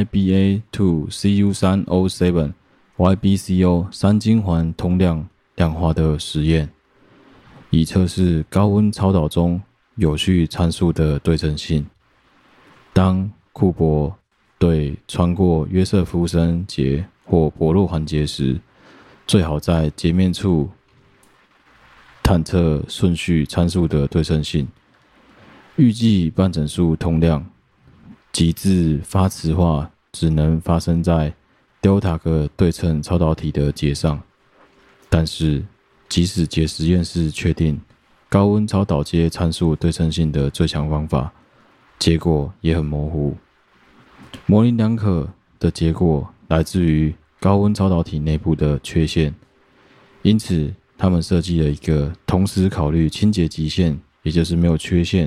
YBA2CU3O7 YBCO 三晶环通量量化的实验，以测试高温超导中有序参数的对称性。当库珀对穿过约瑟夫森结或伯洛环节时，最好在截面处探测顺序参数的对称性。预计半整数通量极致发磁化只能发生在 delta 个对称超导体的结上，但是即使结实验室确定高温超导接参数对称性的最强方法，结果也很模糊。模棱两可的结果来自于高温超导体内部的缺陷，因此他们设计了一个同时考虑清洁极限，也就是没有缺陷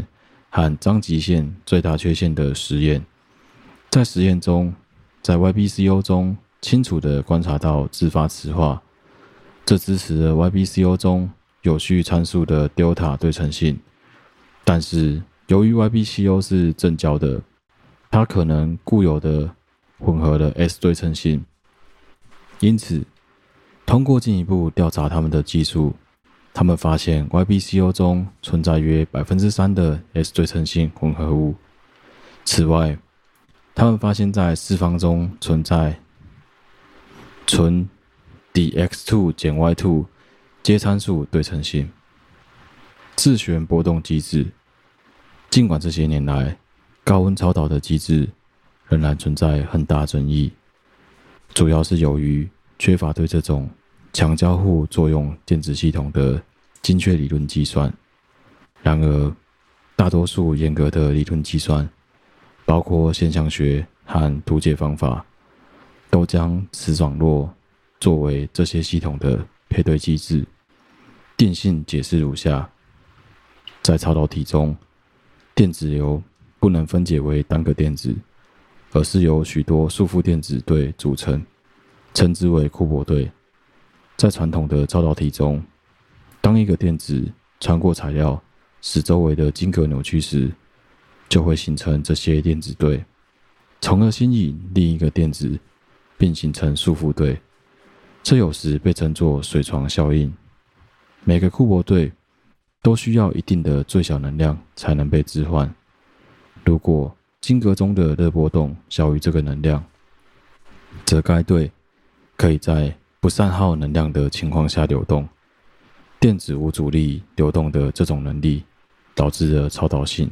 和张极限最大缺陷的实验。在实验中，在 YBCO 中清楚地观察到自发磁化，这支持了 YBCO 中有序参数的 delta 对称性。但是由于 YBCO 是正交的，它可能固有的混合了 S 对称性，因此通过进一步调查他们的技术，他们发现 YBCO 中存在约 3% 的 S 对称性混合物。此外，他们发现在四方中存在纯 dx2 减 y2 阶参数对称性。自旋波动机制，尽管这些年来高温超导的机制仍然存在很大争议，主要是由于缺乏对这种强交互作用电子系统的精确理论计算。然而，大多数严格的理论计算，包括现象学和图解方法，都将磁场络作为这些系统的配对机制。电性解释如下：在超导体中，电子流不能分解为单个电子，而是由许多束缚电子对组成，称之为库珀对。在传统的超导体中，当一个电子穿过材料，使周围的晶格扭曲时，就会形成这些电子对，从而吸引另一个电子，并形成束缚对。这有时被称作水床效应。每个库珀对都需要一定的最小能量才能被置换。如果晶格中的热波动小于这个能量，则该对可以在不散耗能量的情况下流动。电子无阻力流动的这种能力，导致了超导性。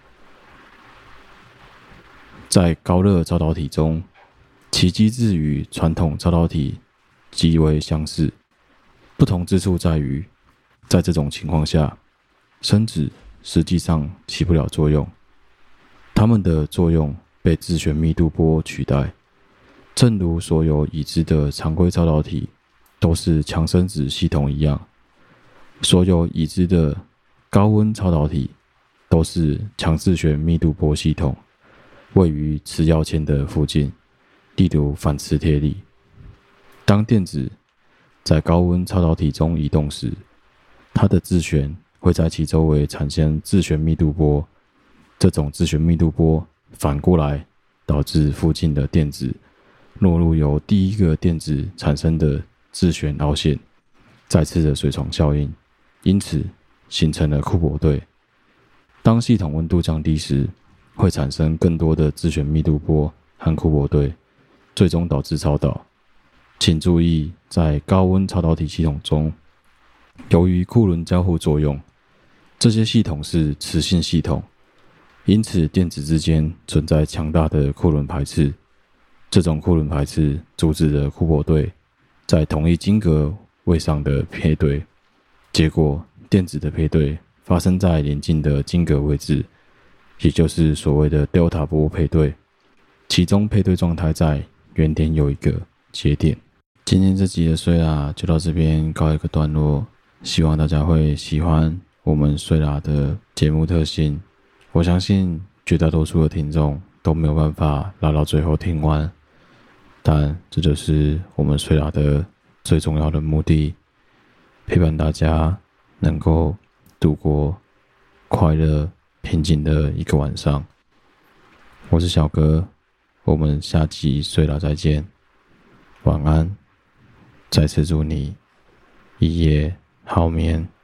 在高热超导体中，其机制与传统超导体极为相似，不同之处在于，在这种情况下，生质实际上起不了作用，它们的作用被自旋密度波取代。正如所有已知的常规超导体都是强生质系统一样，所有已知的高温超导体都是强自旋密度波系统，位于磁药签的附近，例如反磁铁里。当电子在高温超导体中移动时，它的自旋会在其周围产生自旋密度波，这种自旋密度波反过来导致附近的电子落入由第一个电子产生的自旋凹陷，再次的水床效应，因此形成了库珀对。当系统温度降低时，会产生更多的自旋密度波和库珀对，最终导致超导。请注意，在高温超导体系统中，由于库仑交互作用，这些系统是磁性系统，因此电子之间存在强大的库仑排斥。这种库仑排斥阻止了库珀对在同一晶格位上的配对，结果电子的配对发生在邻近的晶格位置，也就是所谓的 delta 波配对，其中配对状态在原点有一个节点。今天这集的睡啦就到这边告一个段落，希望大家会喜欢我们睡啦的节目特性。我相信绝大多数的听众都没有办法拉到最后听完，但这就是我们睡啦的最重要的目的，陪伴大家能够度过快乐平静的一个晚上。我是小哥，我们下集睡啦再见，晚安，再次祝你一夜好眠。